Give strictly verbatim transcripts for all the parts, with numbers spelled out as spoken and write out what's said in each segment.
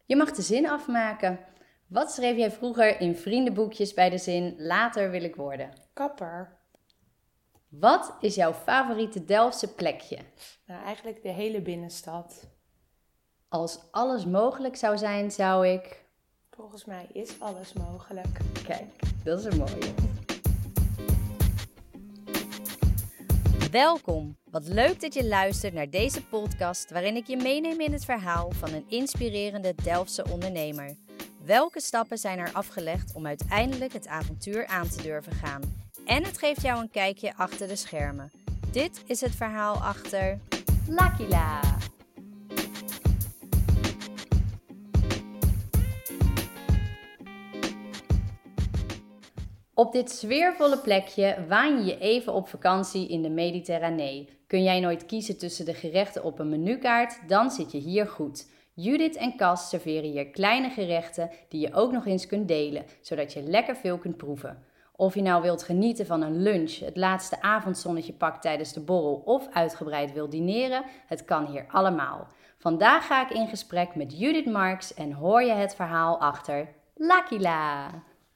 Je mag de zin afmaken. Wat schreef jij vroeger in vriendenboekjes bij de zin later wil ik worden? Kapper. Wat is jouw favoriete Delftse plekje? Nou, eigenlijk de hele binnenstad. Als alles mogelijk zou zijn, zou ik... Volgens mij is alles mogelijk. Kijk, dat is een mooie. Welkom. Wat leuk dat je luistert naar deze podcast waarin ik je meeneem in het verhaal van een inspirerende Delftse ondernemer. Welke stappen zijn er afgelegd om uiteindelijk het avontuur aan te durven gaan? En het geeft jou een kijkje achter de schermen. Dit is het verhaal achter L'Aquila. Op dit sfeervolle plekje waan je je even op vakantie in de Mediterranee. Kun jij nooit kiezen tussen de gerechten op een menukaart, dan zit je hier goed. Judith en Cas serveren hier kleine gerechten die je ook nog eens kunt delen, zodat je lekker veel kunt proeven. Of je nou wilt genieten van een lunch, het laatste avondzonnetje pakt tijdens de borrel of uitgebreid wilt dineren, het kan hier allemaal. Vandaag ga ik in gesprek met Judith Marx en hoor je het verhaal achter L'Aquila.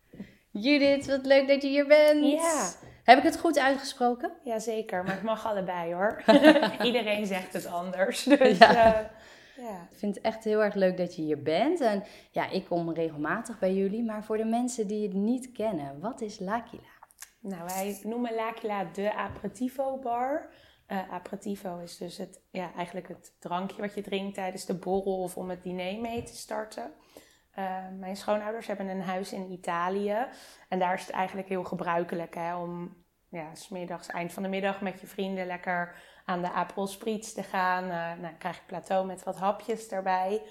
Judith, wat leuk dat je hier bent. Ja. Heb ik het goed uitgesproken? Jazeker, maar het mag allebei hoor. Iedereen zegt het anders. Dus, Ja. uh, ja. Ik vind het echt heel erg leuk dat je hier bent. En ja, ik kom regelmatig bij jullie. Maar voor de mensen die het niet kennen, wat is L'Aquila? Nou, wij noemen L'Aquila de aperitivo bar. Uh, aperitivo is dus het, ja, eigenlijk het drankje wat je drinkt tijdens de borrel of om het diner mee te starten. Uh, mijn schoonouders hebben een huis in Italië. En daar is het eigenlijk heel gebruikelijk hè, om ja, 's middags, eind van de middag met je vrienden lekker aan de Aperol Spritz te gaan. Uh, nou, dan krijg je plateau met wat hapjes erbij.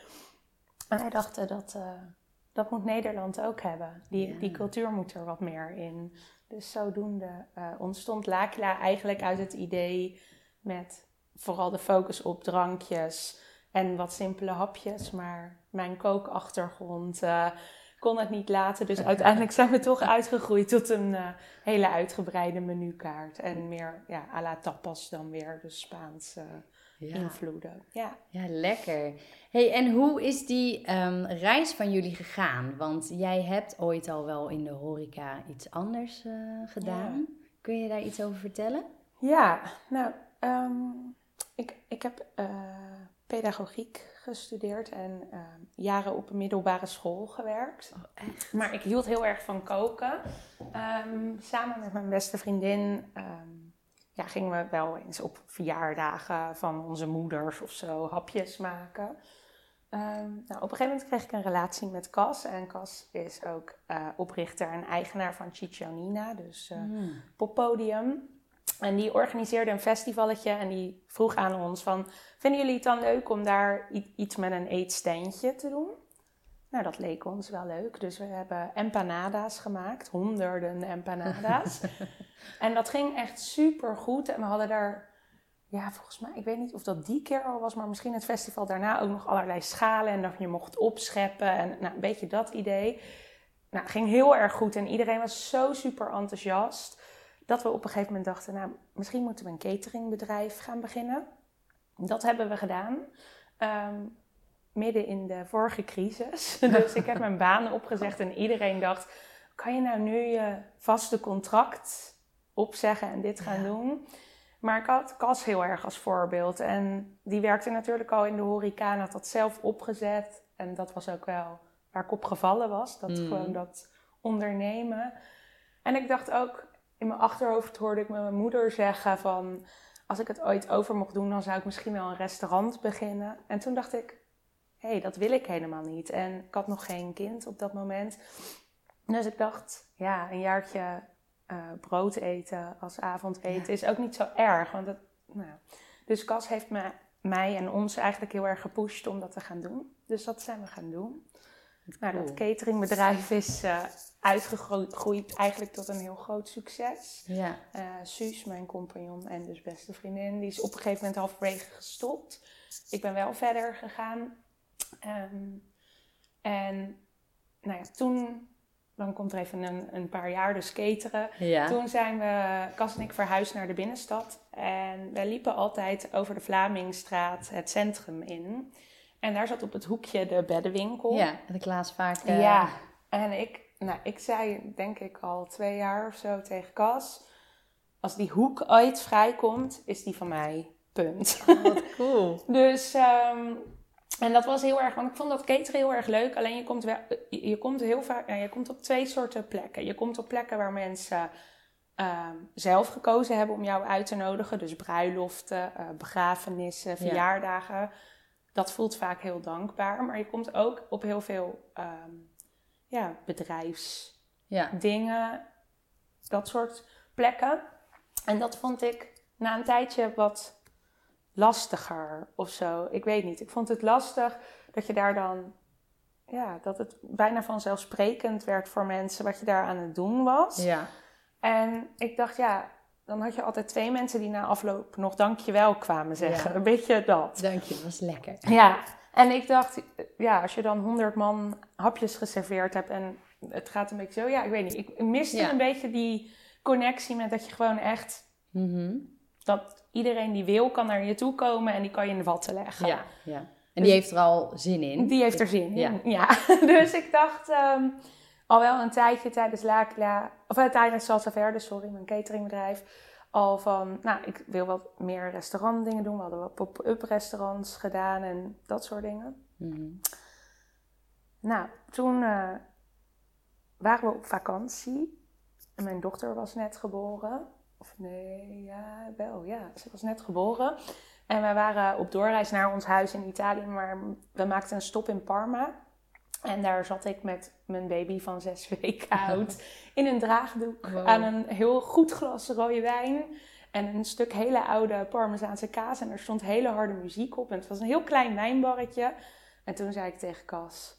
En wij dachten dat uh, dat moet Nederland ook hebben. Die, Ja. die cultuur moet er wat meer in. Dus zodoende uh, ontstond L'Aquila eigenlijk uit het idee met vooral de focus op drankjes en wat simpele hapjes. Maar mijn kookachtergrond uh, kon het niet laten. Dus uiteindelijk zijn we toch uitgegroeid tot een uh, hele uitgebreide menukaart. En meer ja, à la tapas dan weer, dus Spaanse Ja. invloeden. Ja. Ja, lekker. Hey, en hoe is die um, reis van jullie gegaan? Want jij hebt ooit al wel in de horeca iets anders uh, gedaan. Ja. Kun je daar iets over vertellen? Ja, nou, um, ik, ik heb uh, pedagogiek gestudeerd en uh, jaren op een middelbare school gewerkt. Oh, echt? Maar ik hield heel erg van koken. Um, samen met mijn beste vriendin um, ja, gingen we wel eens op verjaardagen van onze moeders of zo hapjes maken. Um, nou, op een gegeven moment kreeg ik een relatie met Cas. En Cas is ook uh, oprichter en eigenaar van Ciccionina, dus uh, mm. Poppodium. En die organiseerde een festivalletje en die vroeg aan ons van, vinden jullie het dan leuk om daar iets met een eetstandje te doen? Nou, dat leek ons wel leuk. Dus we hebben empanadas gemaakt, honderden empanadas. En dat ging echt super goed. En we hadden daar, ja, volgens mij, ik weet niet of dat die keer al was, maar misschien het festival daarna ook nog allerlei schalen en dat je mocht opscheppen en nou, een beetje dat idee. Nou, het ging heel erg goed en iedereen was zo super enthousiast dat we op een gegeven moment dachten, nou, misschien moeten we een cateringbedrijf gaan beginnen. Dat hebben we gedaan. Um, midden in de vorige crisis. Dus ik heb mijn baan opgezegd en iedereen dacht, kan je nou nu je vaste contract opzeggen en dit gaan ja. doen? Maar ik had Cas heel erg als voorbeeld. En die werkte natuurlijk al in de horeca en had dat zelf opgezet. En dat was ook wel waar ik op gevallen was. Dat mm. gewoon dat ondernemen. En ik dacht ook, in mijn achterhoofd hoorde ik mijn moeder zeggen van, als ik het ooit over mocht doen, dan zou ik misschien wel een restaurant beginnen. En toen dacht ik, hé, hey, dat wil ik helemaal niet. En ik had nog geen kind op dat moment. Dus ik dacht, ja, een jaartje uh, brood eten als avondeten ja. is ook niet zo erg. Want het, nou, dus Cas heeft me, mij en ons eigenlijk heel erg gepusht om dat te gaan doen. Dus dat zijn we gaan doen. Nou, cool. Dat cateringbedrijf is uh, uitgegroeid eigenlijk tot een heel groot succes. Ja. Uh, Suus, mijn compagnon en dus beste vriendin, die is op een gegeven moment halverwege gestopt. Ik ben wel verder gegaan. Um, en nou ja, toen, dan komt er even een, een paar jaar dus cateren. Ja. Toen zijn we, Cas en ik, verhuisd naar de binnenstad. En wij liepen altijd over de Vlamingstraat het centrum in. En daar zat op het hoekje de beddenwinkel. Ja, de Klaas vaak... Uh... Ja, en ik, nou, ik zei denk ik al twee jaar of zo tegen Cas... Als die hoek ooit vrijkomt, is die van mij. Punt. Oh, wat cool. Dus, um, en dat was heel erg, want ik vond dat cateren heel erg leuk. Alleen je komt, wel, je, je komt heel vaak, ja, je komt op twee soorten plekken. Je komt op plekken waar mensen um, zelf gekozen hebben om jou uit te nodigen. Dus bruiloften, uh, begrafenissen, verjaardagen. Ja. Dat voelt vaak heel dankbaar. Maar je komt ook op heel veel um, ja, bedrijfsdingen. Ja. Dat soort plekken. En dat vond ik na een tijdje wat lastiger of zo. Ik weet niet. Ik vond het lastig dat je daar dan... Ja, dat het bijna vanzelfsprekend werd voor mensen wat je daar aan het doen was. Ja. En ik dacht, ja, dan had je altijd twee mensen die na afloop nog dankjewel kwamen zeggen. Ja. Een beetje dat. Dank je, dat was lekker. Ja, en ik dacht, ja, als je dan honderd man hapjes geserveerd hebt en het gaat een beetje zo... Ja, ik weet niet. Ik miste ja. een beetje die connectie met dat je gewoon echt... Mm-hmm. Dat iedereen die wil kan naar je toe komen en die kan je in de watten leggen. Ja, ja. En dus die heeft er al zin in. Die heeft er zin in, ja. ja. Dus ik dacht um, al wel een tijdje tijdens L'Aquila... Of uh, tijdens Salsa Verde, sorry, mijn cateringbedrijf... Al van, nou, ik wil wat meer restaurantdingen doen. We hadden wat pop-up restaurants gedaan en dat soort dingen. Mm-hmm. Nou, toen uh, waren we op vakantie. En mijn dochter was net geboren... Of nee, ja, wel, ja. Ze was net geboren. En wij waren op doorreis naar ons huis in Italië. Maar we maakten een stop in Parma. En daar zat ik met mijn baby van zes weken oud. In een draagdoek. Wow. Aan een heel goed glas rode wijn. En een stuk hele oude Parmezaanse kaas. En er stond hele harde muziek op. En het was een heel klein wijnbarretje. En toen zei ik tegen Cas...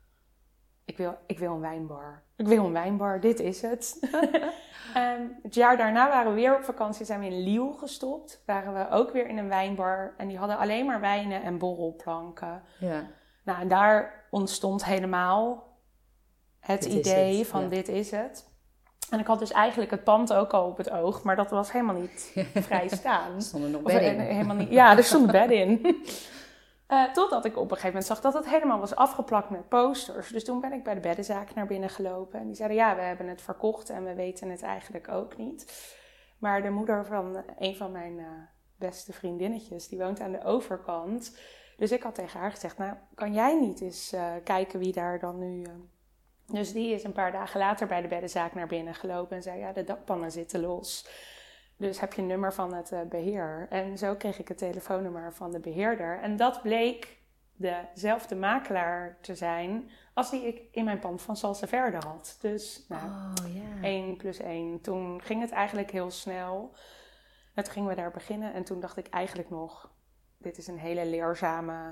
Ik wil, ik wil een wijnbar. Ik wil een wijnbar, dit is het. um, het jaar daarna waren we weer op vakantie, zijn we in Lille gestopt. Waren we ook weer in een wijnbar. En die hadden alleen maar wijnen en borrelplanken. Ja. Nou, en daar ontstond helemaal het dit idee het, van ja. dit is het. En ik had dus eigenlijk het pand ook al op het oog. Maar dat was helemaal niet vrij staan. Er stonden nog bedden in. Helemaal niet, ja, er stonden bedden in. Uh, totdat ik op een gegeven moment zag dat het helemaal was afgeplakt met posters. Dus toen ben ik bij de beddenzaak naar binnen gelopen. En die zeiden, ja, we hebben het verkocht en we weten het eigenlijk ook niet. Maar de moeder van een van mijn uh, beste vriendinnetjes, die woont aan de overkant. Dus ik had tegen haar gezegd, nou, kan jij niet eens uh, kijken wie daar dan nu... Uh... Dus die is een paar dagen later bij de beddenzaak naar binnen gelopen en zei, ja, de dakpannen zitten los. Dus heb je een nummer van het uh, beheer. En zo kreeg ik het telefoonnummer van de beheerder. En dat bleek dezelfde makelaar te zijn als die ik in mijn pand van Salsa Verde had. Dus nou, oh, yeah. één plus één. Toen ging het eigenlijk heel snel. En toen gingen we daar beginnen. En toen dacht ik eigenlijk nog, dit is een hele leerzame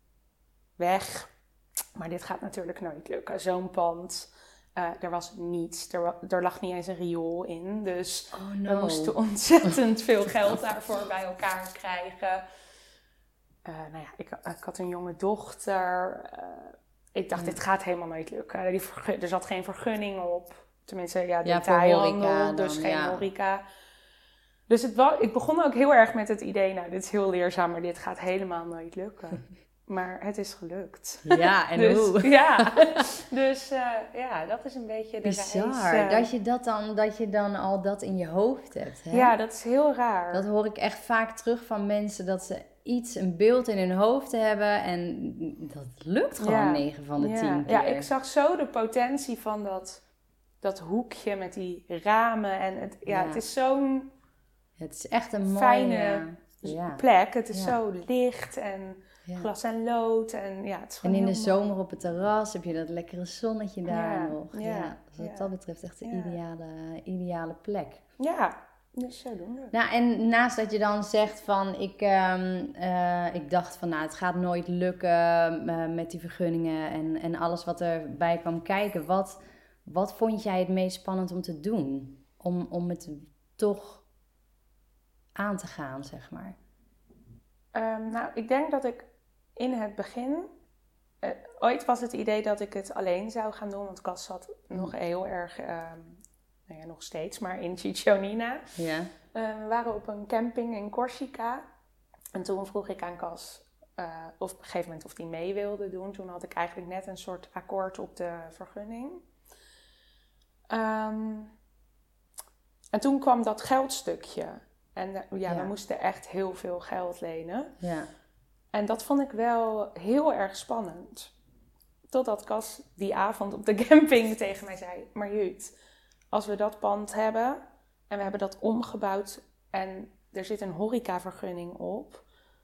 weg. Maar dit gaat natuurlijk nooit lukken. Zo'n pand... Uh, er was niets, er, er lag niet eens een riool in. Dus oh no. we moesten ontzettend veel geld daarvoor bij elkaar krijgen. Uh, nou ja, ik, ik had een jonge dochter. Uh, ik dacht, ja. dit gaat helemaal nooit lukken. Die vergun, er zat geen vergunning op. Tenminste, ja, detailhandel, dus dan, geen ja. horeca. Dus het was, ik begon ook heel erg met het idee, nou, dit is heel leerzaam, maar dit gaat helemaal nooit lukken. Maar het is gelukt. Ja, en dus, hoe? Ja, dus uh, ja, dat is een beetje de bizar, reis. Uh, dat je dat dan, dat je dan al dat in je hoofd hebt. Hè? Ja, dat is heel raar. Dat hoor ik echt vaak terug van mensen, dat ze iets, een beeld in hun hoofd hebben. En dat lukt gewoon ja. negen van de ja. tien keer. Ja, ik zag zo de potentie van dat, dat hoekje met die ramen. En het, ja, ja. het is zo'n het is echt een fijne mooie ja. plek. Het is ja. zo licht en... Ja. Glas en lood. En, ja, het is en in de mooi. zomer op het terras heb je dat lekkere zonnetje daar ja, nog. Ja, ja, dus wat ja. dat betreft echt de ja. ideale, ideale plek. Ja, dus zodoende. Nou, en naast dat je dan zegt van... Ik, um, uh, ik dacht van, nou, het gaat nooit lukken uh, met die vergunningen... En, en alles wat erbij kwam kijken. Wat, wat vond jij het meest spannend om te doen? Om, om het toch aan te gaan, zeg maar. Um, nou, ik denk dat ik... In het begin, uh, ooit was het idee dat ik het alleen zou gaan doen, want Cas zat mm. nog heel erg, uh, nou ja, nog steeds, maar in Ciccionina. Ja. Uh, we waren op een camping in Corsica en toen vroeg ik aan Cas, uh, of op een gegeven moment of die mee wilde doen. Toen had ik eigenlijk net een soort akkoord op de vergunning. Um, en toen kwam dat geldstukje. En uh, ja, ja, we moesten echt heel veel geld lenen. Ja. En dat vond ik wel heel erg spannend. Totdat Cas die avond op de camping tegen mij zei... Marjuut, als we dat pand hebben en we hebben dat omgebouwd... en er zit een horecavergunning op...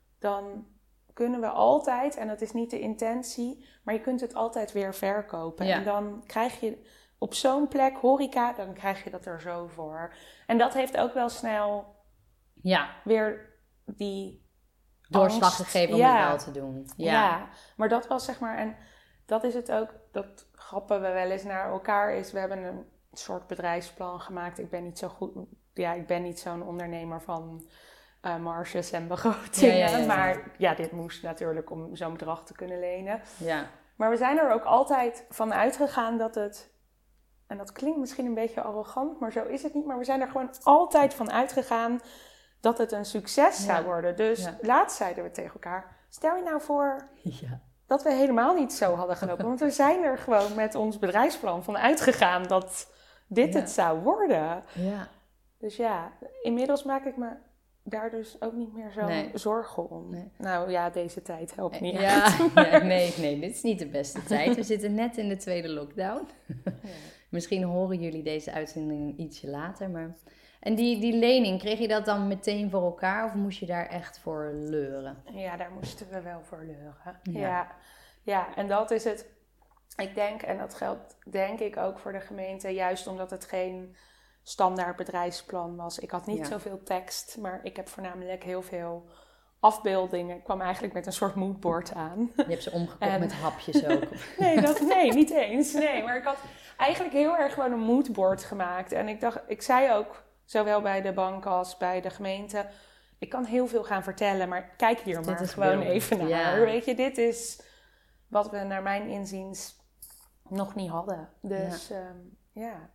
dan kunnen we altijd, en dat is niet de intentie... maar je kunt het altijd weer verkopen. Ja. En dan krijg je op zo'n plek horeca... dan krijg je dat er zo voor. En dat heeft ook wel snel ja. weer die... doorslag gegeven om ja. het wel te doen. Ja. ja, maar dat was zeg maar... en dat is het ook, dat grappen we wel eens naar elkaar is... we hebben een soort bedrijfsplan gemaakt. Ik ben niet zo goed... ja, ik ben niet zo'n ondernemer van uh, marges en begrotingen. Ja, ja, ja, ja. Maar ja, dit moest natuurlijk om zo'n bedrag te kunnen lenen. Ja. Maar we zijn er ook altijd van uitgegaan dat het... en dat klinkt misschien een beetje arrogant, maar zo is het niet. Maar we zijn er gewoon altijd van uitgegaan... dat het een succes ja. zou worden. Dus ja. laatst zeiden we tegen elkaar... stel je nou voor ja. dat we helemaal niet zo hadden gelopen. Want we zijn er gewoon met ons bedrijfsplan van uitgegaan... dat dit ja. het zou worden. Ja. Dus ja, inmiddels maak ik me daar dus ook niet meer zo nee. zorgen om. Nee. Nou ja, deze tijd helpt niet ja. echt. Ja, nee, nee, dit is niet de beste tijd. We zitten net in de tweede lockdown. Ja. Misschien horen jullie deze uitzending ietsje later, maar... En die, die lening, kreeg je dat dan meteen voor elkaar of moest je daar echt voor leuren? Ja, daar moesten we wel voor leuren. Ja, ja, ja en dat is het. Ik denk, en dat geldt denk ik ook voor de gemeente, juist omdat het geen standaard bedrijfsplan was. Ik had niet ja. zoveel tekst, maar ik heb voornamelijk heel veel afbeeldingen. Ik kwam eigenlijk met een soort moodboard aan. Je hebt ze omgekocht en... met hapjes ook. nee, dat, nee, niet eens. Nee, maar ik had eigenlijk heel erg gewoon een moodboard gemaakt. En ik dacht, ik zei ook... zowel bij de bank als bij de gemeente. Ik kan heel veel gaan vertellen, maar kijk hier dit maar gewoon beeld. even naar. Ja. Weet je, dit is wat we naar mijn inziens nog niet hadden. Dus ja. Um, ja.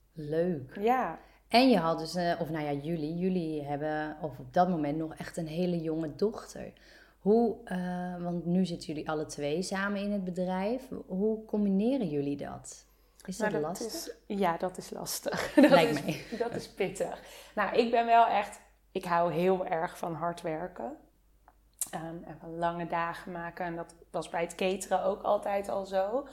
Leuk. Ja. En je had dus, uh, of nou ja, jullie, jullie hebben of op dat moment nog echt een hele jonge dochter. Hoe, uh, want nu zitten jullie alle twee samen in het bedrijf. Hoe combineren jullie dat? Is dat, dat lastig? Is, ja, dat is lastig. dat Lijkt is, mij. Dat is pittig. Nou, ik ben wel echt... Ik hou heel erg van hard werken. Um, en van lange dagen maken. En dat was bij het cateren ook altijd al zo.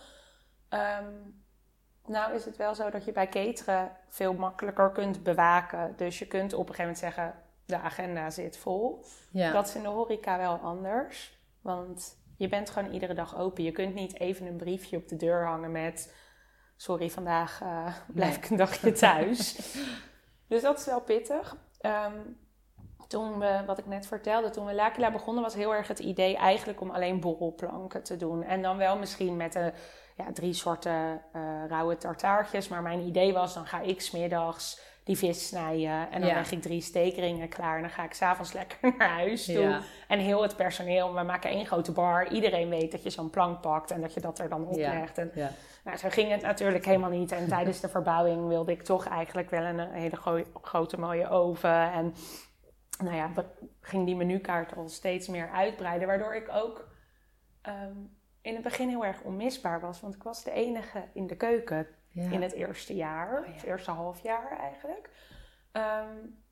Um, nou is het wel zo dat je bij cateren veel makkelijker kunt bewaken. Dus je kunt op een gegeven moment zeggen... de agenda zit vol. Ja. Dat is in de horeca wel anders. Want je bent gewoon iedere dag open. Je kunt niet even een briefje op de deur hangen met... sorry, vandaag uh, blijf nee. ik een dagje thuis. Dus dat is wel pittig. Um, toen we, wat ik net vertelde, toen we L'Aquila begonnen... was heel erg het idee eigenlijk om alleen borrelplanken te doen. En dan wel misschien met een, ja, drie soorten uh, rauwe tartaartjes. Maar mijn idee was, dan ga ik 's middags die vis snijden. En dan ja. leg ik drie steekringen klaar. En dan ga ik 's avonds lekker naar huis toe. Ja. En heel het personeel, we maken één grote bar. Iedereen weet dat je zo'n plank pakt en dat je dat er dan oplegt. Ja. En, ja. Nou, zo ging het natuurlijk helemaal niet. En tijdens de verbouwing wilde ik toch eigenlijk wel een hele gro- grote mooie oven. En nou ja, ging die menukaart al steeds meer uitbreiden. Waardoor ik ook um, in het begin heel erg onmisbaar was. Want ik was de enige in de keuken ja. in het eerste jaar. Oh, ja. Het eerste half jaar eigenlijk. Um,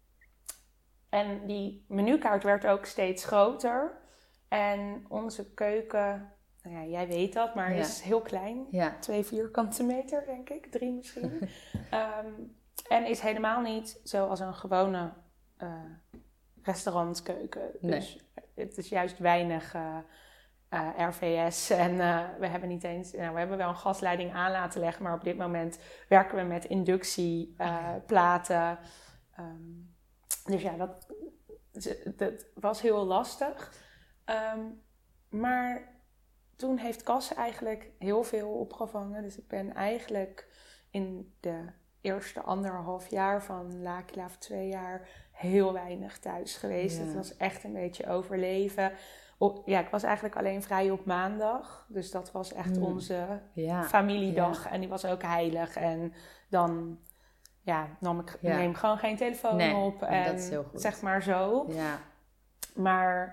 en die menukaart werd ook steeds groter. En onze keuken... Nou ja, jij weet dat, maar ja. is heel klein. Ja. Twee vierkante meter, denk ik. Drie misschien. um, en is helemaal niet zoals een gewone uh, restaurantkeuken. Nee. Dus het is juist weinig uh, uh, R V S. En uh, we hebben niet eens... Nou, we hebben wel een gasleiding aan laten leggen. Maar op dit moment werken we met inductieplaten. Uh, um, dus ja, dat, dat was heel lastig. Um, maar... Toen heeft Cas eigenlijk heel veel opgevangen. Dus ik ben eigenlijk in de eerste anderhalf jaar van L'Aquila, of twee jaar, heel weinig thuis geweest. Ja. Het was echt een beetje overleven. Op, ja, ik was eigenlijk alleen vrij op maandag. Dus dat was echt mm. onze ja. familiedag. Ja. En die was ook heilig. En dan ja, nam ik ja. neem gewoon geen telefoon nee, op. En dat is heel goed. Zeg maar zo. Ja. Maar...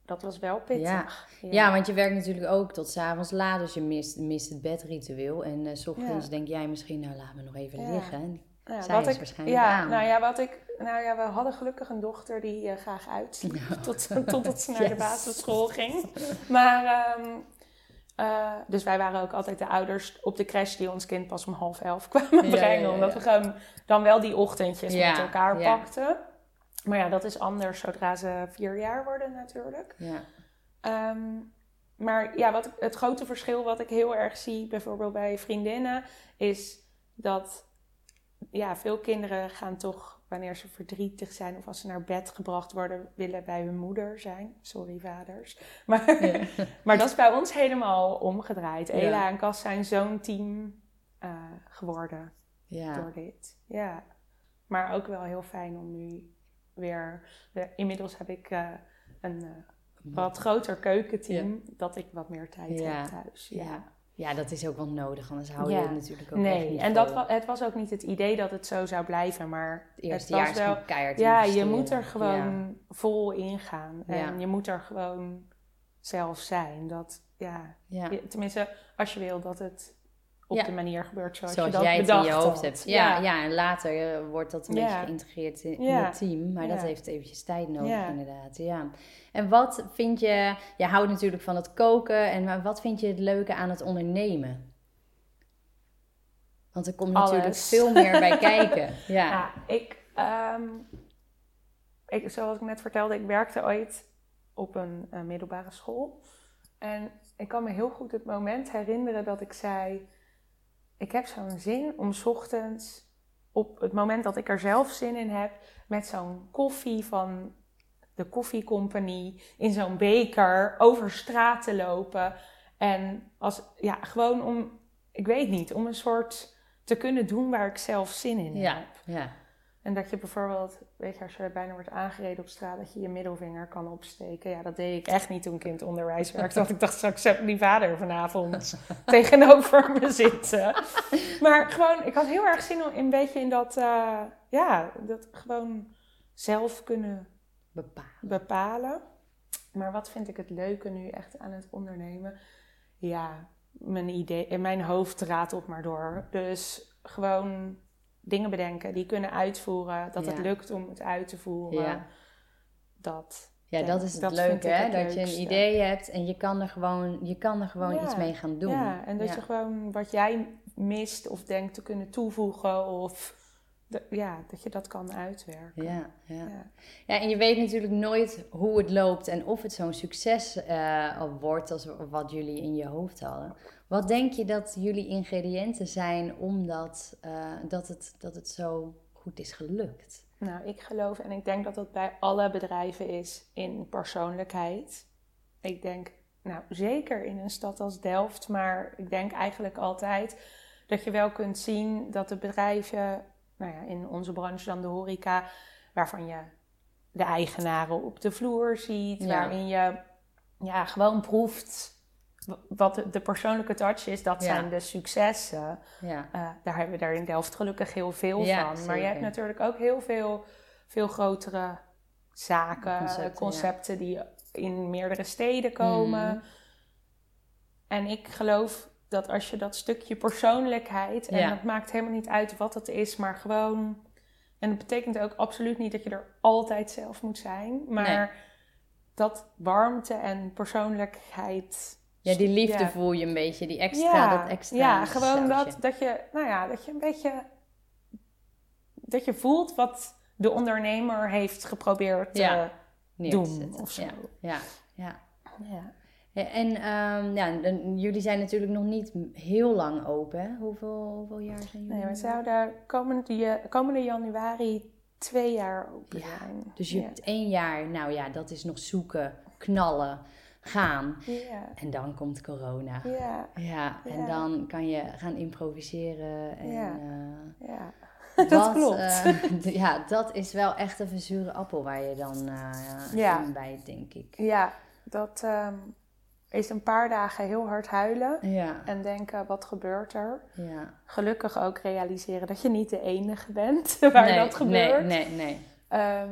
dat was wel pittig. Ja. Ja. ja, want je werkt natuurlijk ook tot 's avonds laat, dus je mist, mist het bedritueel. En uh, 's ochtends ja. denk jij misschien, nou laat me nog even ja. liggen. Ja, Zij wat is ik, waarschijnlijk ja, aan. Nou ja, wat ik, nou ja, we hadden gelukkig een dochter die uh, graag uitsliep. Ja. Tot, totdat ze naar yes. de basisschool ging. Maar, um, uh, dus wij waren ook altijd de ouders op de crash die ons kind pas om half elf kwamen ja, brengen. Ja, ja, omdat ja. we gewoon dan wel die ochtendjes ja, met elkaar ja. pakten. Maar ja, dat is anders zodra ze vier jaar worden natuurlijk. Ja. Um, maar ja, wat, het grote verschil wat ik heel erg zie bijvoorbeeld bij vriendinnen is dat ja, veel kinderen gaan toch, wanneer ze verdrietig zijn of als ze naar bed gebracht worden, willen bij hun moeder zijn. Sorry, vaders. Maar, ja. maar dat is bij ons helemaal omgedraaid. Ja. Ela en Cas zijn zo'n team uh, geworden ja. door dit. Ja. Maar ook wel heel fijn om nu weer... De, inmiddels heb ik uh, een uh, wat groter keukenteam, ja. dat ik wat meer tijd ja. heb thuis. Ja. Ja. Ja, dat is ook wel nodig, anders hou je ja. het natuurlijk ook nee. echt niet en vol. dat was, het was ook niet het idee dat het zo zou blijven, maar het eerste het jaar was is wel keihard ja, investeren. je moet er gewoon ja. vol in gaan. En ja. je moet er gewoon zelf zijn. Dat, ja, ja. je, tenminste, als je wil dat het op ja. de manier gebeurt zoals, zoals je dat jij het bedacht in je hoofd had. hebt. Ja, ja. ja, en later uh, wordt dat een ja. beetje geïntegreerd in, ja. in het team. Maar ja. dat heeft eventjes tijd nodig ja. inderdaad. Ja. En wat vind je... Je houdt natuurlijk van het koken. En maar wat vind je het leuke aan het ondernemen? Want er komt Alles. natuurlijk veel meer bij kijken. Ja, ja ik, um, ik... Zoals ik net vertelde, ik werkte ooit op een uh, middelbare school. En ik kan me heel goed het moment herinneren dat ik zei... Ik heb zo'n zin om 's ochtends, op het moment dat ik er zelf zin in heb, met zo'n koffie van de koffiecompagnie in zo'n beker over straat te lopen. En als, ja, gewoon om, ik weet niet, om een soort te kunnen doen waar ik zelf zin in ja, heb. Ja. En dat je bijvoorbeeld, weet je, als je bijna wordt aangereden op straat, dat je je middelvinger kan opsteken. Ja, dat deed ik echt niet toen ik in het onderwijs werkte. Want ik dacht, straks heb die vader vanavond tegenover me zitten. Maar gewoon, ik had heel erg zin om een beetje in dat, uh, ja, dat gewoon zelf kunnen bepalen. bepalen. Maar wat vind ik het leuke nu echt aan het ondernemen? Ja, mijn idee, in mijn hoofd ratelt maar door. Dus gewoon dingen bedenken, die kunnen uitvoeren. Dat ja. het lukt om het uit te voeren. Ja, dat, ja, dat is het dat leuke, hè? Het dat leukste. Je een idee hebt en je kan er gewoon, je kan er gewoon ja. iets mee gaan doen. Ja, en dat ja. je gewoon wat jij mist of denkt te kunnen toevoegen of... De, ja, dat je dat kan uitwerken. Ja, ja. Ja. ja, en je weet natuurlijk nooit hoe het loopt en of het zo'n succes uh, wordt als wat jullie in je hoofd hadden. Wat denk je dat jullie ingrediënten zijn omdat uh, dat, het, dat het zo goed is gelukt? Nou, ik geloof en ik denk dat dat bij alle bedrijven is in persoonlijkheid. Ik denk, nou zeker in een stad als Delft, maar ik denk eigenlijk altijd dat je wel kunt zien dat de bedrijven... Nou ja, in onze branche dan de horeca, waarvan je de eigenaren op de vloer ziet, ja. waarin je ja, gewoon proeft wat de persoonlijke touch is, dat ja. zijn de successen. Ja. Uh, daar hebben we daar in Delft gelukkig heel veel ja, van. Zeker. Maar je hebt natuurlijk ook heel veel, veel grotere zaken, concepten, concepten ja. die in meerdere steden komen. Mm. En ik geloof... dat als je dat stukje persoonlijkheid... en ja. dat maakt helemaal niet uit wat het is, maar gewoon... en dat betekent ook absoluut niet dat je er altijd zelf moet zijn. Maar nee. dat warmte en persoonlijkheid... Ja, die liefde ja. voel je een beetje, die extra, ja. dat extra Ja, gewoon dat, dat je, nou ja, dat je een beetje... dat je voelt wat de ondernemer heeft geprobeerd te ja. doen of zo. Ja, ja, ja. ja. Ja, en um, ja, en jullie zijn natuurlijk nog niet heel lang open. Hè? Hoeveel, hoeveel jaar zijn jullie? Nee, we zouden komende, komende januari twee jaar open ja, zijn. Dus je ja. hebt één jaar, nou ja, dat is nog zoeken, knallen, gaan. Ja. En dan komt corona. Ja. Ja, en ja. dan kan je gaan improviseren. En, ja. Uh, ja. Dat, dat klopt. Uh, ja, dat is wel echt een zure appel waar je dan uh, ja. in bijt, denk ik. Ja, dat... Um, is een paar dagen heel hard huilen ja. en denken, wat gebeurt er? Ja. Gelukkig ook realiseren dat je niet de enige bent waar nee, dat gebeurt. Nee, nee, nee. Um,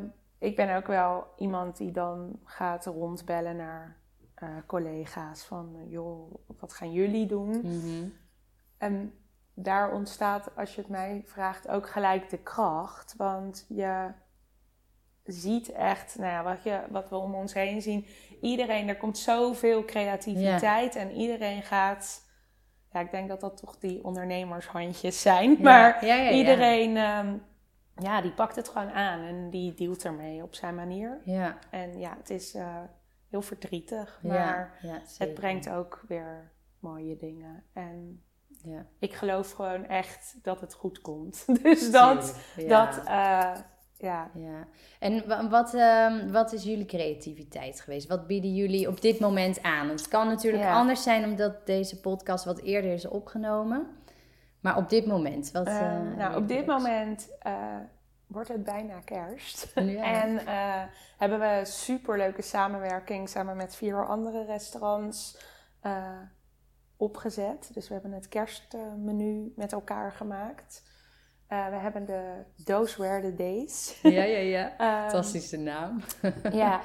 ik ben ook wel iemand die dan gaat rondbellen naar uh, collega's. Van, uh, joh, wat gaan jullie doen? Mm-hmm. En daar ontstaat, als je het mij vraagt, ook gelijk de kracht. Want je ziet echt, nou ja, wat, je, wat we om ons heen zien. Iedereen, er komt zoveel creativiteit. Ja. En iedereen gaat... Ja, ik denk dat dat toch die ondernemershandjes zijn. Ja. Maar ja, ja, ja, iedereen, um, ja, die pakt het gewoon aan. En die dealt ermee op zijn manier. Ja. En ja, het is uh, heel verdrietig. Maar ja, ja, het brengt ook weer mooie dingen. En... Ja. Ik geloof gewoon echt dat het goed komt. Dus dat, ja. dat uh, ja. ja. En wat, uh, wat is jullie creativiteit geweest? Wat bieden jullie op dit moment aan? Het kan natuurlijk ja. anders zijn omdat deze podcast wat eerder is opgenomen. Maar op dit moment, wat... Uh, uh, nou, op dit moment uh, wordt het bijna kerst. Ja. En uh, hebben we superleuke samenwerking samen met vier andere restaurants... Uh, opgezet. Dus we hebben het kerstmenu met elkaar gemaakt. Uh, we hebben de Those Were the Days. Ja, ja, ja. Um, Fantastische naam. Ja.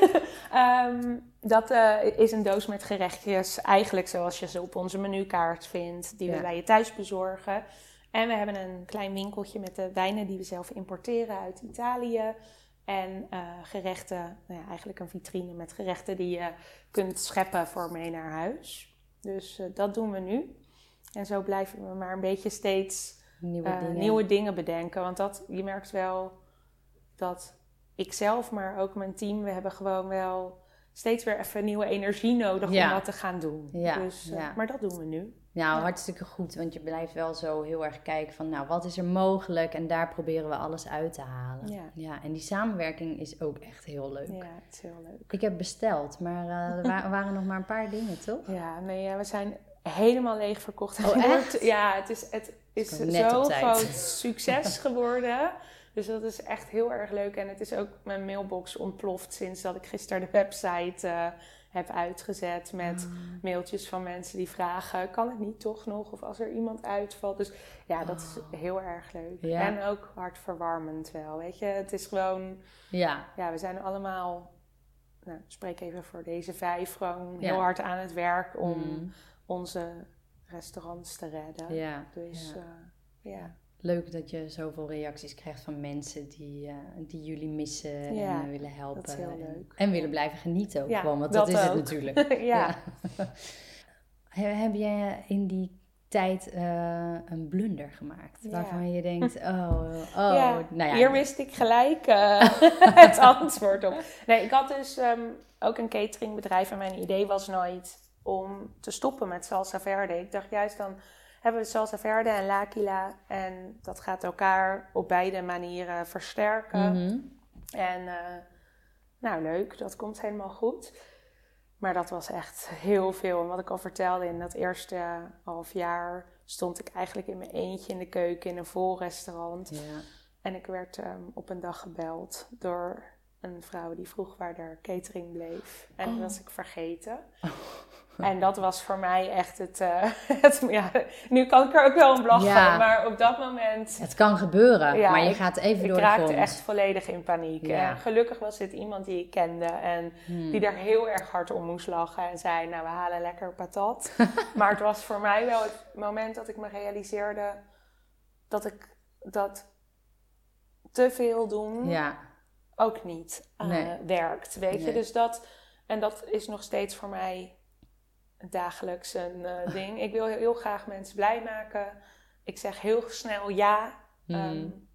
um, dat uh, is een doos met gerechtjes. Eigenlijk zoals je ze op onze menukaart vindt. Die we ja. bij je thuis bezorgen. En we hebben een klein winkeltje met de wijnen die we zelf importeren uit Italië. En uh, gerechten. Nou ja, eigenlijk een vitrine met gerechten die je kunt scheppen voor mee naar huis. Dus uh, dat doen we nu. En zo blijven we maar een beetje steeds nieuwe, uh, dingen. nieuwe dingen bedenken. Want dat, je merkt wel dat ik zelf, maar ook mijn team... we hebben gewoon wel steeds weer even nieuwe energie nodig ja. om dat te gaan doen. Ja, dus, uh, ja. Maar dat doen we nu. Nou, ja. hartstikke goed. Want je blijft wel zo heel erg kijken van... nou, wat is er mogelijk? En daar proberen we alles uit te halen. Ja. Ja, en die samenwerking is ook echt heel leuk. Ja, het is heel leuk. Ik heb besteld, maar uh, er wa- waren nog maar een paar dingen, toch? Ja, nee, we zijn helemaal leeg verkocht. Oh, echt? Ja, het is, het is zo groot succes geworden. Dus dat is echt heel erg leuk. En het is ook mijn mailbox ontploft sinds dat ik gisteren de website... Uh, heb uitgezet met mm. mailtjes van mensen die vragen... kan het niet toch nog? Of als er iemand uitvalt. Dus ja, dat oh. is heel erg leuk. Ja. En ook hartverwarmend wel, weet je. Het is gewoon... Ja, ja we zijn allemaal... Nou, ik spreek even voor deze vijf. Gewoon ja. heel hard aan het werk om mm. onze restaurants te redden. Ja. Dus ja. Uh, ja. Leuk dat je zoveel reacties krijgt van mensen die, uh, die jullie missen ja, en uh, willen helpen. Dat is heel leuk. En willen blijven genieten ook ja, gewoon, want dat, dat is ook. Het natuurlijk. ja. ja. Heb jij in die tijd uh, een blunder gemaakt? Ja. Waarvan je denkt, oh, oh. Ja, nou ja, hier wist ik gelijk uh, het antwoord op. Nee, ik had dus um, ook een cateringbedrijf en mijn idee was nooit om te stoppen met salsa verde. Ik dacht juist dan... hebben we salsa verde en l'Aquila. En dat gaat elkaar op beide manieren versterken. Mm-hmm. En uh, nou, leuk. Dat komt helemaal goed. Maar dat was echt heel veel. En wat ik al vertelde, in dat eerste uh, half jaar... stond ik eigenlijk in mijn eentje in de keuken in een vol restaurant. Ja. En ik werd um, op een dag gebeld door een vrouw die vroeg waar de catering bleef. En dat oh. was ik vergeten. Oh. En dat was voor mij echt het... Uh, het ja, nu kan ik er ook wel om lachen, ja. maar op dat moment... Het kan gebeuren, ja, maar je gaat even ik, door ik de grond. Ik raakte echt volledig in paniek. Ja. En gelukkig was dit iemand die ik kende en hmm. die daar heel erg hard om moest lachen. En zei, nou, we halen lekker patat. Maar het was voor mij wel het moment dat ik me realiseerde dat ik dat te veel doen ja. ook niet uh, nee. werkt, weet nee. je. Dus dat, en dat is nog steeds voor mij... dagelijks een uh, ding. Ik wil heel, heel graag mensen blij maken. Ik zeg heel snel ja. Mm. Um,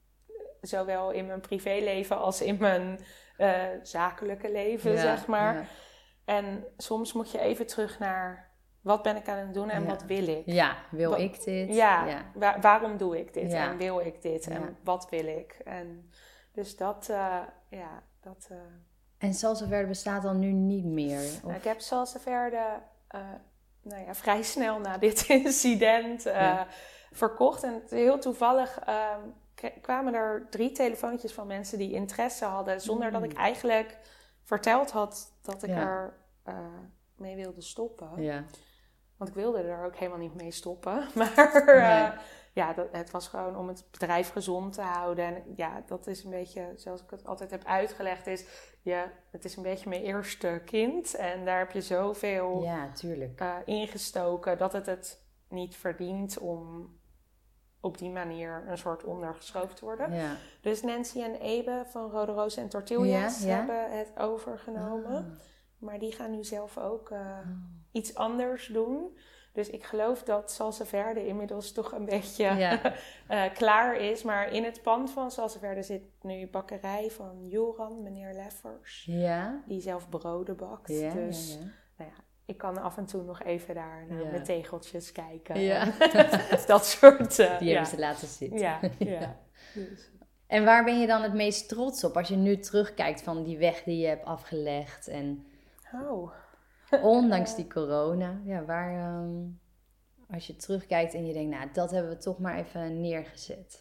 zowel in mijn privéleven als in mijn uh, zakelijke leven, ja, zeg maar. Ja. En soms moet je even terug naar... wat ben ik aan het doen en ja. wat wil ik? Ja, wil wat, ik dit? Ja, ja. Waar, waarom doe ik dit? Ja. En wil ik dit? Ja. En wat wil ik? En dus dat, uh, ja, dat... Uh... En salsa verde bestaat dan nu niet meer? Of? Nou, ik heb salsa verde... Uh, nou ja, vrij snel na dit incident uh, ja. verkocht. En heel toevallig uh, k- kwamen er drie telefoontjes van mensen die interesse hadden... zonder mm. dat ik eigenlijk verteld had dat ik ja. er uh, mee wilde stoppen. Ja. Want ik wilde er ook helemaal niet mee stoppen. Maar nee. uh, ja, dat, het was gewoon om het bedrijf gezond te houden. En ja, dat is een beetje, zoals ik het altijd heb uitgelegd, is ja, het is een beetje mijn eerste kind. En daar heb je zoveel ja, tuurlijk. Uh, ingestoken dat het het niet verdient om op die manier een soort ondergeschoven te worden. Ja. Dus Nancy en Ebe van Rode Roos en Tortillas ja, ja? hebben het overgenomen. Oh. Maar die gaan nu zelf ook uh, oh. iets anders doen. Dus ik geloof dat Salsa Verde inmiddels toch een beetje ja. uh, klaar is. Maar in het pand van Salsa Verde zit nu bakkerij van Joran, meneer Leffers. Ja. Die zelf broden bakt. Ja, dus ja, ja. Nou ja, ik kan af en toe nog even daar naar ja. mijn tegeltjes kijken. Ja. Dat soort... Uh, die ja. hebben ze laten zitten. Ja, ja. Dus. En waar ben je dan het meest trots op als je nu terugkijkt van die weg die je hebt afgelegd? En oh. ondanks die corona, ja, waar, um, als je terugkijkt en je denkt, nou, dat hebben we toch maar even neergezet.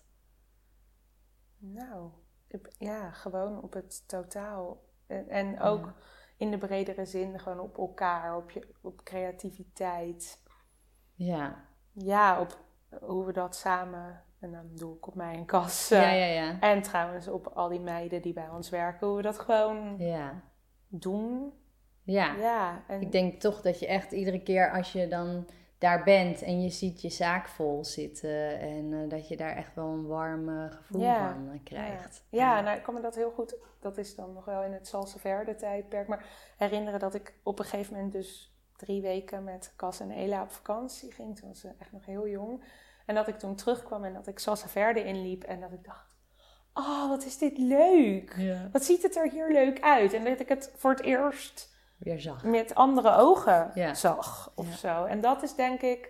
Nou, ja, gewoon op het totaal. En, en ook ja. in de bredere zin, gewoon op elkaar, op, je, op creativiteit. Ja. Ja, op hoe we dat samen... En dan doe ik op mij een kas. Uh, ja, ja, ja. En trouwens op al die meiden die bij ons werken. Hoe we dat gewoon ja. doen. Ja. ja en... Ik denk toch dat je echt iedere keer als je dan daar bent en je ziet je zaak vol zitten. En uh, dat je daar echt wel een warm uh, gevoel ja. van uh, krijgt. Ja, ja. ja nou, ik kan me dat heel goed... Dat is dan nog wel in het Salsa Verde tijdperk. Maar herinneren dat ik op een gegeven moment dus drie weken met Cas en Ela op vakantie ging. Toen was ze echt nog heel jong. En dat ik toen terugkwam en dat ik Salsa Verde inliep. En dat ik dacht, oh, wat is dit leuk. Ja. Wat ziet het er hier leuk uit. En dat ik het voor het eerst weer zag. Met andere ogen ja. zag of ja. zo. En dat is denk ik,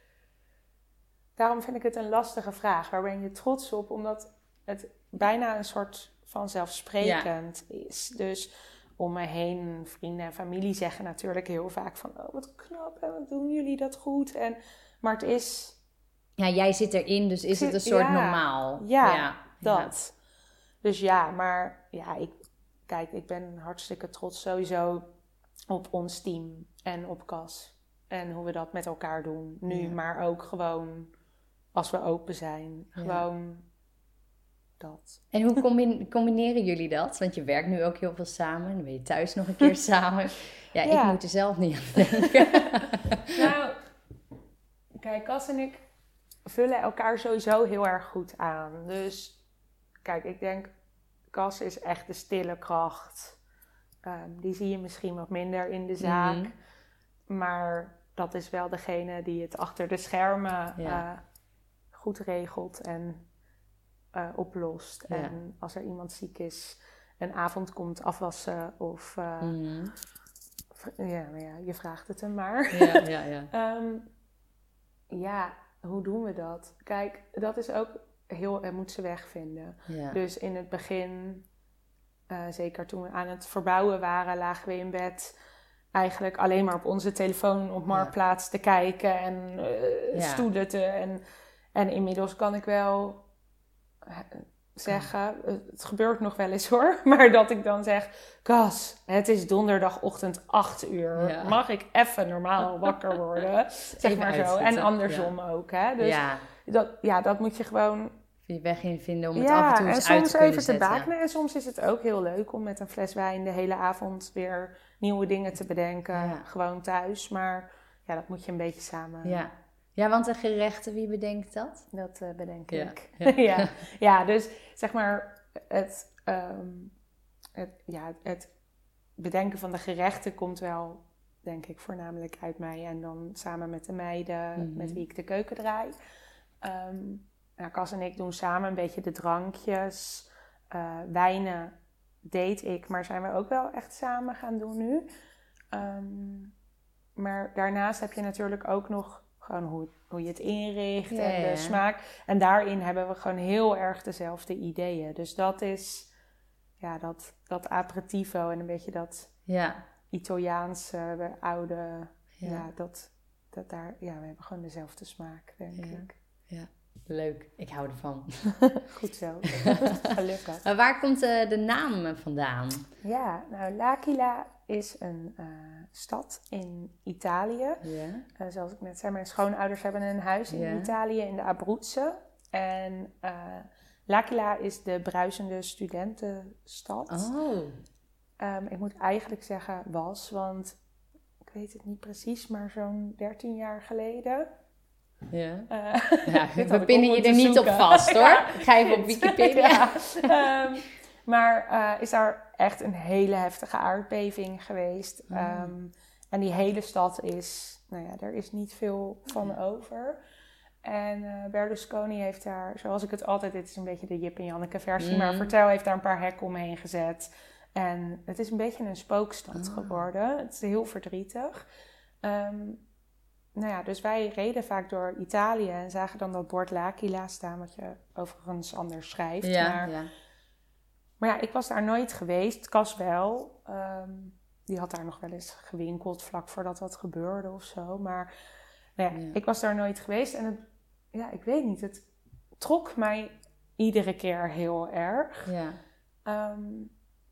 daarom vind ik het een lastige vraag. Waar ben je trots op? Omdat het bijna een soort vanzelfsprekend ja. is. Dus om me heen, vrienden en familie zeggen natuurlijk heel vaak van, oh, wat knap en wat doen jullie dat goed. En, maar het is... Ja, jij zit erin, dus is het een soort ja, normaal. Ja, ja dat. Ja. Dus ja, maar ja, ik, kijk, ik ben hartstikke trots sowieso op ons team en op Cas. En hoe we dat met elkaar doen nu, ja. maar ook gewoon als we open zijn. Gewoon ja. dat. En hoe combine- combineren jullie dat? Want je werkt nu ook heel veel samen. Dan ben je thuis nog een keer samen. Ja, ja, ik moet er zelf niet aan denken. Nou, kijk, Cas en ik vullen elkaar sowieso heel erg goed aan. Dus kijk, ik denk, Cas is echt de stille kracht. Um, die zie je misschien wat minder in de zaak. Mm-hmm. Maar dat is wel degene die het achter de schermen ja. uh, goed regelt en uh, oplost. Ja. En als er iemand ziek is, een avond komt afwassen of... Uh, mm-hmm. ja, maar ja, je vraagt het hem maar. Ja, ja, ja. um, ja, hoe doen we dat? Kijk, dat is ook heel... Er moet ze weg vinden. Ja. Dus in het begin... Uh, zeker toen we aan het verbouwen waren, lagen we in bed eigenlijk alleen maar op onze telefoon op Marktplaats ja. te kijken en uh, ja. stoelen te. En, en inmiddels kan ik wel uh, zeggen, uh, het gebeurt nog wel eens hoor, maar dat ik dan zeg, Cas, het is donderdagochtend acht uur. Ja. Mag ik even normaal wakker worden? Zeg maar zo. En andersom ja. ook. Hè? Dus ja. Dat, ja, dat moet je gewoon... je weg in vinden om het ja, af en toe eens uit te kunnen even zetten. Te bakenen. En soms is het ook heel leuk om met een fles wijn de hele avond weer nieuwe dingen te bedenken. Ja. Gewoon thuis. Maar ja, dat moet je een beetje samen... Ja, ja want de gerechten, wie bedenkt dat? Dat uh, bedenk ja. ik. Ja. ja. ja, dus zeg maar het, um, het, ja, het bedenken van de gerechten komt wel, denk ik, voornamelijk uit mij. En dan samen met de meiden mm-hmm. met wie ik de keuken draai. Um, Nou, Cas en ik doen samen een beetje de drankjes. Uh, wijnen deed ik, maar zijn we ook wel echt samen gaan doen nu. Um, maar daarnaast heb je natuurlijk ook nog gewoon hoe, hoe je het inricht ja, en de ja. smaak. En daarin hebben we gewoon heel erg dezelfde ideeën. Dus dat is ja, dat, dat aperitivo en een beetje dat ja. Italiaanse, oude... Ja, ja dat, dat daar, ja, we hebben gewoon dezelfde smaak, denk ja. ik. Ja. Leuk, ik hou ervan. Goed zo, gelukkig. Maar waar komt uh, de naam vandaan? Ja, nou L'Aquila is een uh, stad in Italië. Yeah. Uh, zoals ik net zei, mijn schoonouders hebben een huis in yeah. Italië, in de Abruzzen. En uh, L'Aquila is de bruisende studentenstad. Oh. Um, ik moet eigenlijk zeggen was, want ik weet het niet precies, maar zo'n dertien jaar geleden. Ja. Uh, ja we pinnen je er niet zoeken. op vast hoor. Ja, ik ga even op Wikipedia. ja. um, maar uh, is daar echt een hele heftige aardbeving geweest. Mm. Um, en die hele stad is, nou ja, er is niet veel van ja. over. En uh, Berlusconi heeft daar, zoals ik het altijd, dit is een beetje de Jip en Janneke versie, mm. maar vertel, heeft daar een paar hekken omheen gezet. En het is een beetje een spookstad oh. geworden. Het is heel verdrietig. Um, nou ja, dus wij reden vaak door Italië en zagen dan dat bord L'Aquila staan, wat je overigens anders schrijft. Ja, maar, ja. maar ja, ik was daar nooit geweest. Cas wel. Um, die had daar nog wel eens gewinkeld vlak voordat dat gebeurde of zo. Maar nou ja, ja. ik was daar nooit geweest. En het, ja, ik weet niet, het trok mij iedere keer heel erg. Ja. Um,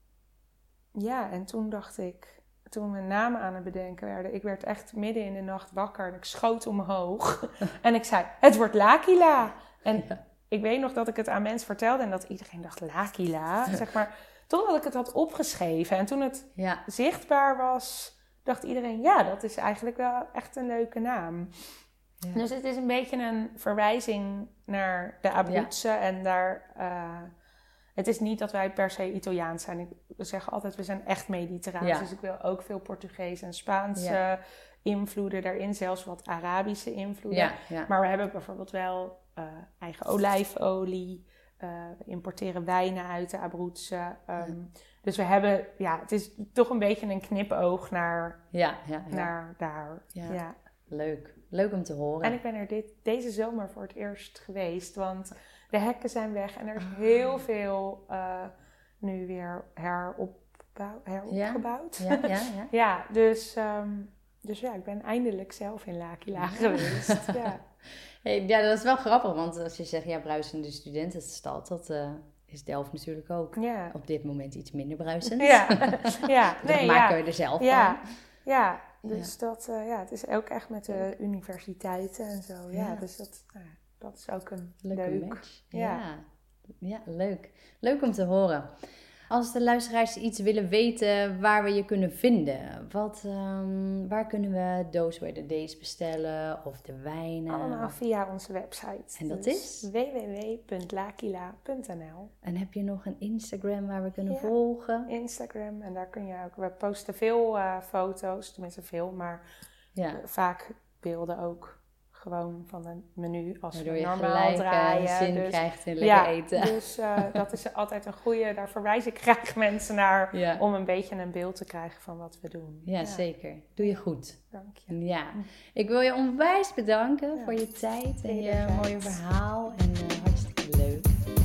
ja, en toen dacht ik, toen we namen aan het bedenken werden, ik werd echt midden in de nacht wakker en ik schoot omhoog. En ik zei, het wordt L'Aquila. En ja. ik weet nog dat ik het aan mensen vertelde en dat iedereen dacht, L'Aquila, zeg maar. Totdat ik het had opgeschreven en toen het ja. zichtbaar was, dacht iedereen, ja, dat is eigenlijk wel echt een leuke naam. Ja. Dus het is een beetje een verwijzing naar de Abruzzen ja. en daar... Uh, het is niet dat wij per se Italiaans zijn. We zeggen altijd, we zijn echt mediterraans. Ja. Dus ik wil ook veel Portugees en Spaanse ja. invloeden daarin. Zelfs wat Arabische invloeden. Ja, ja. Maar we hebben bijvoorbeeld wel uh, eigen olijfolie. Uh, we importeren wijnen uit de Abruzzen. Um, ja. Dus we hebben, ja, het is toch een beetje een knipoog naar, ja, ja, ja. naar daar. Ja. Ja. Leuk. Leuk om te horen. En ik ben er dit, deze zomer voor het eerst geweest. Want de hekken zijn weg en er is heel veel uh, nu weer heropbouw, heropgebouwd. Ja, ja, ja, ja. ja, dus, um, dus ja, ik ben eindelijk zelf in L'Aquila ja. geweest. Ja. Hey, ja, dat is wel grappig, want als je zegt, ja, bruisende studentenstad, dat uh, is Delft natuurlijk ook ja. op dit moment iets minder bruisend. Ja, ja. dat nee, maken ja. we er zelf ja. van. Ja, dus ja. dat, uh, ja, het is ook echt met de universiteiten en zo. Ja, ja. dus dat... Uh, Dat is ook een leuke leuk. match. Ja. Ja. ja, leuk. Leuk om te horen. Als de luisteraars iets willen weten waar we je kunnen vinden, wat, um, waar kunnen we Those Were the Days bestellen of de wijnen? Allemaal via onze website. En dat dus is? w w w punt l'Aquila punt n l. En heb je nog een Instagram waar we kunnen ja, volgen? Instagram. En daar kun je ook, we posten veel uh, foto's, tenminste veel, maar ja. vaak beelden ook. Gewoon van een menu als waardoor we je normaal gelijk, draaien. zin dus, krijgt in lekker ja, eten. Dus uh, dat is altijd een goede, daar verwijs ik graag mensen naar ja. om een beetje een beeld te krijgen van wat we doen. Ja, ja. zeker. Doe je goed. Dank je. Ja. Ik wil je onwijs bedanken ja. voor je tijd en je tijd. mooie verhaal. En uh, hartstikke leuk.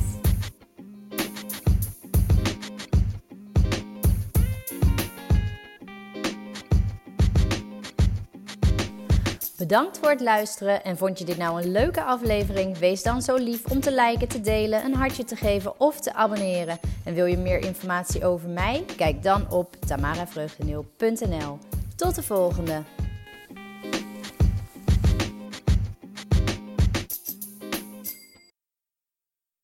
Bedankt voor het luisteren en vond je dit nou een leuke aflevering? Wees dan zo lief om te liken, te delen, een hartje te geven of te abonneren. En wil je meer informatie over mij? Kijk dan op tamara vreugdeneel punt n l. Tot de volgende!